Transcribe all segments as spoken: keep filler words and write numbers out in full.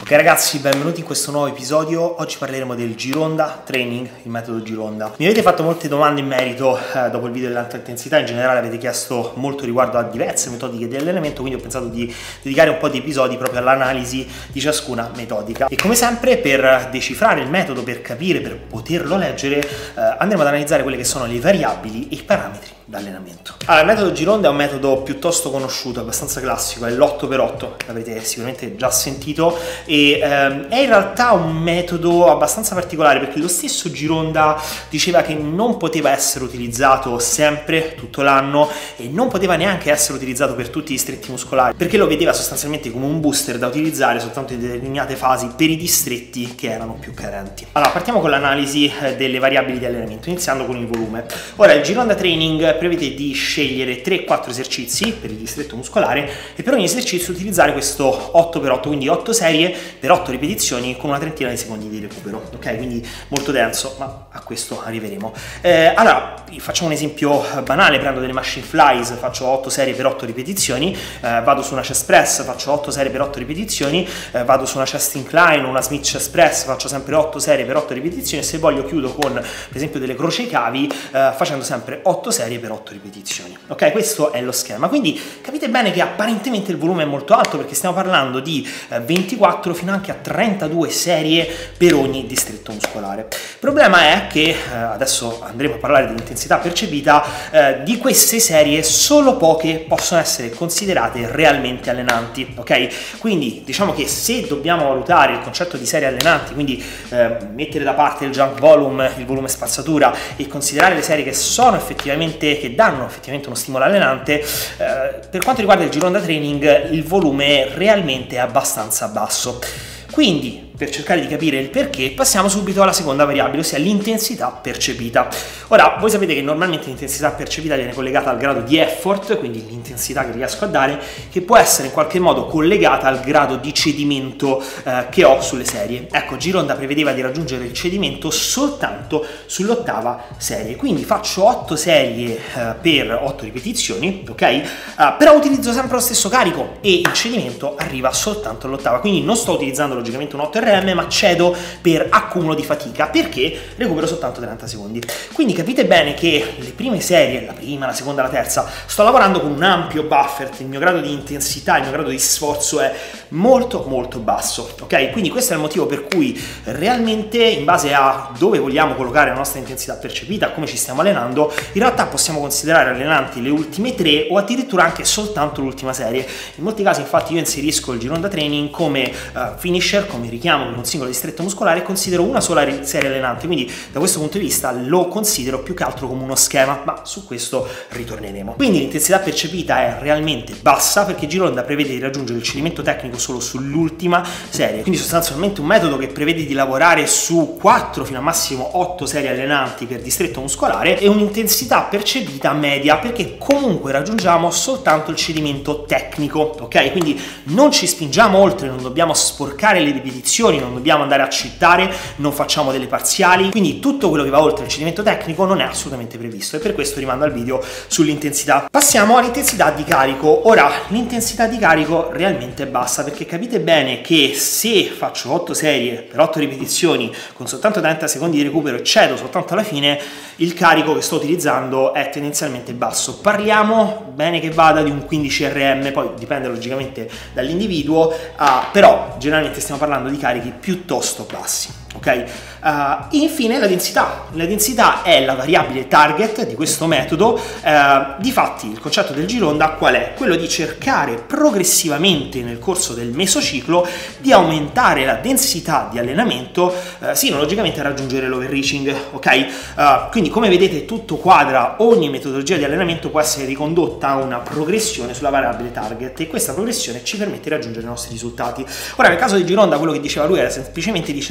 Ok ragazzi, benvenuti in questo nuovo episodio. Oggi parleremo del Gironda Training, il metodo Gironda. Mi avete fatto molte domande in merito eh, dopo il video dell'alta intensità, in generale avete chiesto molto riguardo a diverse metodiche di allenamento, quindi ho pensato di dedicare un po' di episodi proprio all'analisi di ciascuna metodica. E come sempre, per decifrare il metodo, per capire, per poterlo leggere, eh, andremo ad analizzare quelle che sono le variabili e i parametri d'allenamento. Allora, il metodo Gironda è un metodo piuttosto conosciuto, abbastanza classico, è l'otto per otto, l'avrete sicuramente già sentito, e ehm, è in realtà un metodo abbastanza particolare perché lo stesso Gironda diceva che non poteva essere utilizzato sempre, tutto l'anno, e non poteva neanche essere utilizzato per tutti gli distretti muscolari, perché lo vedeva sostanzialmente come un booster da utilizzare soltanto in determinate fasi per i distretti che erano più carenti. Allora, partiamo con l'analisi delle variabili di allenamento, iniziando con il volume. Ora, il Gironda Training prevede di scegliere tre quattro esercizi per il distretto muscolare e per ogni esercizio utilizzare questo otto per otto, quindi otto serie per otto ripetizioni con una trentina di secondi di recupero, ok? Quindi molto denso, ma a questo arriveremo. Eh, allora, facciamo un esempio banale, prendo delle machine flies, faccio otto serie per otto ripetizioni, eh, vado su una chest press, faccio otto serie per otto ripetizioni, eh, vado su una chest incline, una Smith chest press, faccio sempre otto serie per otto ripetizioni, e se voglio chiudo con, per esempio, delle croce ai cavi, eh, facendo sempre otto serie per otto ripetizioni. Ok, questo è lo schema. Quindi capite bene che apparentemente il volume è molto alto perché stiamo parlando di eh, ventiquattro fino anche a trentadue serie per ogni distretto muscolare. Il problema è che, eh, adesso andremo a parlare dell'intensità percepita, eh, di queste serie solo poche possono essere considerate realmente allenanti, ok? Quindi diciamo che se dobbiamo valutare il concetto di serie allenanti, quindi eh, mettere da parte il jump volume, il volume spazzatura, e considerare le serie che sono effettivamente, che danno effettivamente uno stimolo allenante, eh, per quanto riguarda il Gironda Training il volume realmente è abbastanza basso. Quindi, per cercare di capire il perché, passiamo subito alla seconda variabile, ossia l'intensità percepita. Ora, voi sapete che normalmente l'intensità percepita viene collegata al grado di effort, quindi l'intensità che riesco a dare, che può essere in qualche modo collegata al grado di cedimento eh, che ho sulle serie. Ecco, Gironda prevedeva di raggiungere il cedimento soltanto sull'ottava serie, quindi faccio otto serie eh, per otto ripetizioni, ok? Eh, però utilizzo sempre lo stesso carico e il cedimento arriva soltanto all'ottava, quindi non sto utilizzando logicamente un otto R M, ma cedo per accumulo di fatica perché recupero soltanto trenta secondi. Quindi capite bene che le prime serie, la prima, la seconda, la terza, sto lavorando con un ampio buffer, il mio grado di intensità, il mio grado di sforzo è molto molto basso, ok? Quindi questo è il motivo per cui realmente, in base a dove vogliamo collocare la nostra intensità percepita, come ci stiamo allenando, in realtà possiamo considerare allenanti le ultime tre o addirittura anche soltanto l'ultima serie. In molti casi infatti io inserisco il Gironda Training come uh, finisher, come richiamo per un singolo distretto muscolare, e considero una sola serie allenante, quindi da questo punto di vista lo considero più che altro come uno schema, ma su questo ritorneremo. Quindi l'intensità percepita è realmente bassa perché Gironda prevede di raggiungere il cedimento tecnico solo sull'ultima serie, quindi sostanzialmente un metodo che prevede di lavorare su quattro fino a massimo otto serie allenanti per distretto muscolare e un'intensità percepita media, perché comunque raggiungiamo soltanto il cedimento tecnico, ok? Quindi non ci spingiamo oltre, non dobbiamo sporcare le ripetizioni, non dobbiamo andare a accettare, non facciamo delle parziali, quindi tutto quello che va oltre il cedimento tecnico non è assolutamente previsto, e per questo rimando al video sull'intensità. Passiamo all'intensità di carico. Ora, l'intensità di carico realmente è bassa perché capite bene che se faccio otto serie per otto ripetizioni con soltanto trenta secondi di recupero e cedo soltanto alla fine, il carico che sto utilizzando è tendenzialmente basso. Parliamo bene che vada di un quindici R M, poi dipende logicamente dall'individuo, uh, però generalmente stiamo parlando di carichi piuttosto bassi. Ok? Uh, infine la densità. La densità è la variabile target di questo metodo. Uh, difatti il concetto del Gironda qual è? Quello di cercare progressivamente nel corso del mesociclo di aumentare la densità di allenamento uh, sino logicamente a raggiungere l'overreaching, ok? Uh, quindi come vedete tutto quadra, ogni metodologia di allenamento può essere ricondotta a una progressione sulla variabile target, e questa progressione ci permette di raggiungere i nostri risultati. Ora, nel caso di Gironda quello che diceva lui era semplicemente di cercare di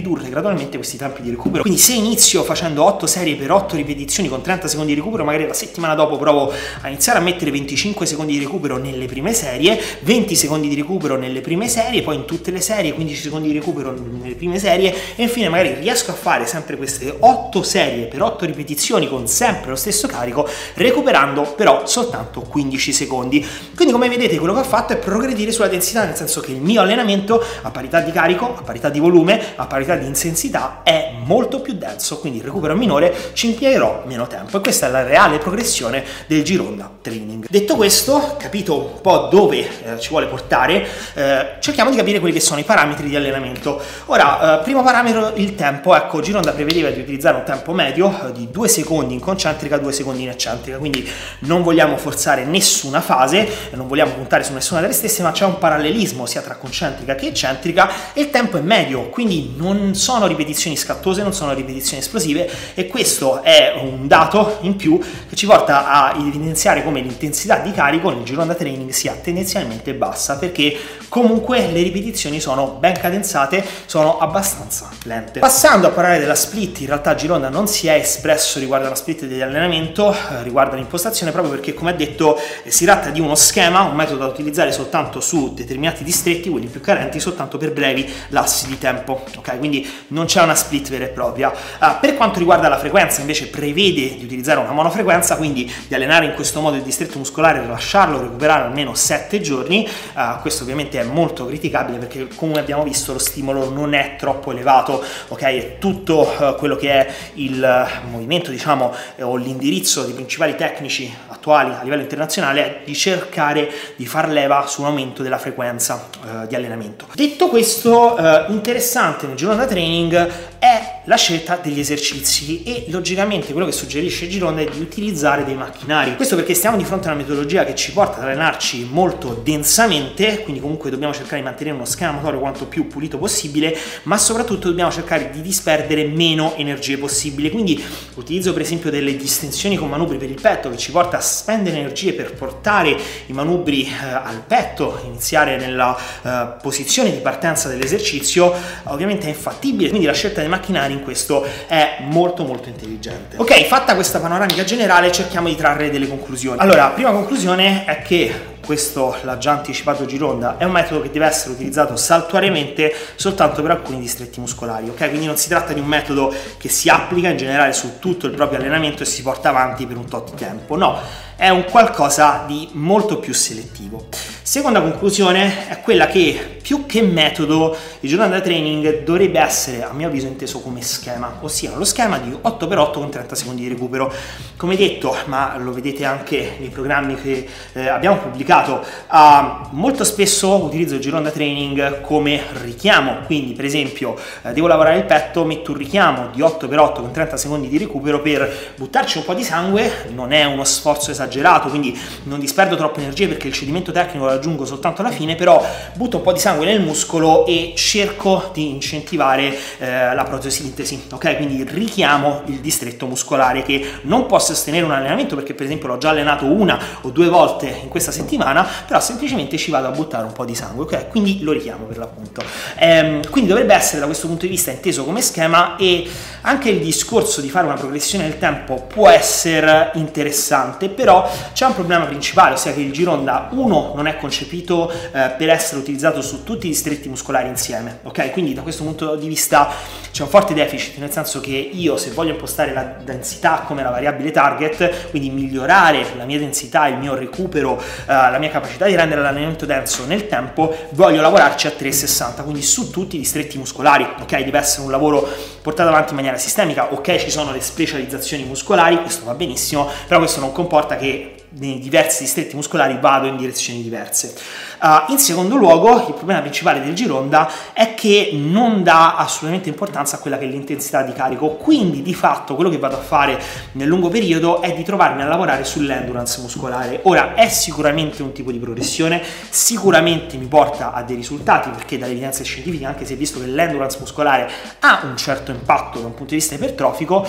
ridurre gradualmente questi tempi di recupero. Quindi se inizio facendo otto serie per otto ripetizioni con trenta secondi di recupero, magari la settimana dopo provo a iniziare a mettere venticinque secondi di recupero nelle prime serie, venti secondi di recupero nelle prime serie, poi in tutte le serie quindici secondi di recupero nelle prime serie, e infine magari riesco a fare sempre queste otto serie per otto ripetizioni con sempre lo stesso carico, recuperando però soltanto quindici secondi. Quindi come vedete quello che ho fatto è progredire sulla densità, nel senso che il mio allenamento a parità di carico, a parità di volume, a parità di intensità è molto più denso, quindi il recupero minore, ci impiegherò meno tempo, e questa è la reale progressione del Gironda Training. Detto questo, capito un po' dove eh, ci vuole portare, eh, cerchiamo di capire quelli che sono i parametri di allenamento. Ora, eh, primo parametro, il tempo. Ecco, Gironda prevedeva di utilizzare un tempo medio eh, di due secondi in concentrica, due secondi in eccentrica, quindi non vogliamo forzare nessuna fase, non vogliamo puntare su nessuna delle stesse, ma c'è un parallelismo sia tra concentrica che eccentrica, e il tempo è medio, quindi non sono ripetizioni scattose, non sono ripetizioni esplosive, e questo è un dato in più che ci porta a evidenziare come l'intensità di carico nel Gironda Training sia tendenzialmente bassa, perché comunque le ripetizioni sono ben cadenzate, sono abbastanza lente. Passando a parlare della split, in realtà Gironda non si è espresso riguardo alla split di allenamento, eh, riguardo all'impostazione, proprio perché, come ha detto, eh, si tratta di uno schema, un metodo da utilizzare soltanto su determinati distretti, quelli più carenti, soltanto per brevi lassi di tempo, ok? Quindi non c'è una split vera e propria. Uh, per quanto riguarda la frequenza, invece prevede di utilizzare una monofrequenza, quindi di allenare in questo modo il distretto muscolare, lasciarlo recuperare almeno sette giorni. Uh, questo ovviamente è molto criticabile, perché come abbiamo visto lo stimolo non è troppo elevato, ok? E tutto uh, quello che è il uh, movimento, diciamo, eh, o l'indirizzo dei principali tecnici attuali a livello internazionale è di cercare di far leva su un aumento della frequenza uh, di allenamento. Detto questo, uh, interessante nel Gironda Training è la scelta degli esercizi, e logicamente quello che suggerisce Gironda è di utilizzare dei macchinari. Questo perché stiamo di fronte a una metodologia che ci porta ad allenarci molto densamente, quindi comunque dobbiamo cercare di mantenere uno schema motorio quanto più pulito possibile, ma soprattutto dobbiamo cercare di disperdere meno energie possibile. Quindi l'utilizzo per esempio delle distensioni con manubri per il petto, che ci porta a spendere energie per portare i manubri eh, al petto, iniziare nella eh, posizione di partenza dell'esercizio, ovviamente è infattibile, quindi la scelta dei macchinari in questo è molto molto intelligente. Ok, fatta questa panoramica generale, cerchiamo di trarre delle conclusioni. Allora, prima conclusione è che questo, l'ha già anticipato Gironda, è un metodo che deve essere utilizzato saltuariamente soltanto per alcuni distretti muscolari, ok? Quindi non si tratta di un metodo che si applica in generale su tutto il proprio allenamento e si porta avanti per un tot di tempo, no, è un qualcosa di molto più selettivo. Seconda conclusione è quella che più che metodo il Gironda Training dovrebbe essere, a mio avviso, inteso come schema, ossia lo schema di otto per otto con trenta secondi di recupero. Come detto, ma lo vedete anche nei programmi che eh, abbiamo pubblicato, uh, molto spesso utilizzo il Gironda Training come richiamo, quindi per esempio eh, devo lavorare il petto, metto un richiamo di otto per otto con trenta secondi di recupero per buttarci un po' di sangue, non è uno sforzo esagerato, quindi non disperdo troppe energie perché il cedimento tecnico lo raggiungo soltanto alla fine, però butto un po' di sangue nel muscolo e cerco di incentivare eh, la proteosintesi, ok? Quindi richiamo il distretto muscolare che non può sostenere un allenamento, perché per esempio l'ho già allenato una o due volte in questa settimana, però semplicemente ci vado a buttare un po' di sangue, ok? Quindi lo richiamo per l'appunto. Ehm, quindi dovrebbe essere da questo punto di vista inteso come schema, e anche il discorso di fare una progressione nel tempo può essere interessante, però c'è un problema principale, ossia che il Gironda uno non è concepito eh, per essere utilizzato su tutti i distretti muscolari insieme, ok? Quindi da questo punto di vista c'è un forte deficit, nel senso che io, se voglio impostare la densità come la variabile target, quindi migliorare la mia densità, il mio recupero, eh, la mia capacità di rendere l'allenamento denso nel tempo, voglio lavorarci a trecentosessanta, quindi su tutti i distretti muscolari, ok? Deve essere un lavoro portato avanti in maniera sistemica, ok? Ci sono le specializzazioni muscolari, questo va benissimo, però questo non comporta che nei diversi distretti muscolari vado in direzioni diverse. Uh, in secondo luogo, il problema principale del Gironda è che non dà assolutamente importanza a quella che è l'intensità di carico, quindi di fatto quello che vado a fare nel lungo periodo è di trovarmi a lavorare sull'endurance muscolare. Ora, è sicuramente un tipo di progressione, sicuramente mi porta a dei risultati, perché dalle evidenze scientifiche anche si è visto che l'endurance muscolare ha un certo impatto da un punto di vista ipertrofico,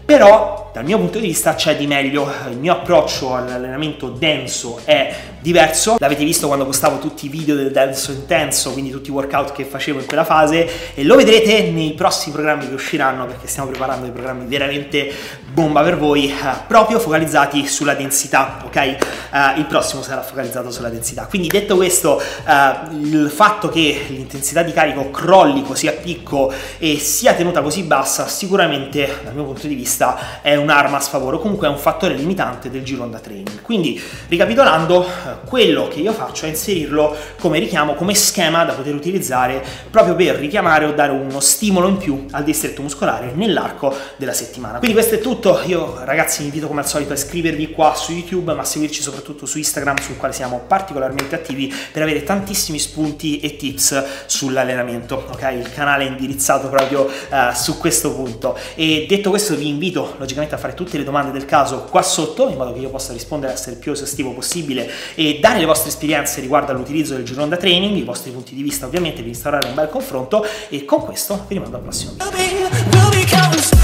però dal mio punto di vista c'è di meglio. Il mio approccio all'allenamento denso è diverso, l'avete visto quando postavo tutti i video del denso intenso, quindi tutti i workout che facevo in quella fase, e lo vedrete nei prossimi programmi che usciranno, perché stiamo preparando dei programmi veramente bomba per voi, eh, proprio focalizzati sulla densità, ok? Eh, il prossimo sarà focalizzato sulla densità. Quindi detto questo, eh, il fatto che l'intensità di carico crolli così a picco e sia tenuta così bassa sicuramente dal mio punto di vista è un'arma a sfavore, o comunque è un fattore limitante del Gironda Training. Quindi ricapitolando, eh, quello che io faccio è inserirlo come richiamo, come schema da poter utilizzare proprio per richiamare o dare uno stimolo in più al distretto muscolare nell'arco della settimana. Quindi questo è tutto. Io ragazzi vi invito come al solito a iscrivervi qua su YouTube, ma a seguirci soprattutto su Instagram, sul quale siamo particolarmente attivi, per avere tantissimi spunti e tips sull'allenamento, ok? Il canale è indirizzato proprio uh, su questo punto. E detto questo vi invito logicamente a fare tutte le domande del caso qua sotto, in modo che io possa rispondere e essere il più esaustivo possibile e dare le vostre esperienze riguardo all'utilizzo del Gironda Training, i vostri punti di vista ovviamente, per instaurare un bel confronto. E con questo vi rimando al prossimo video.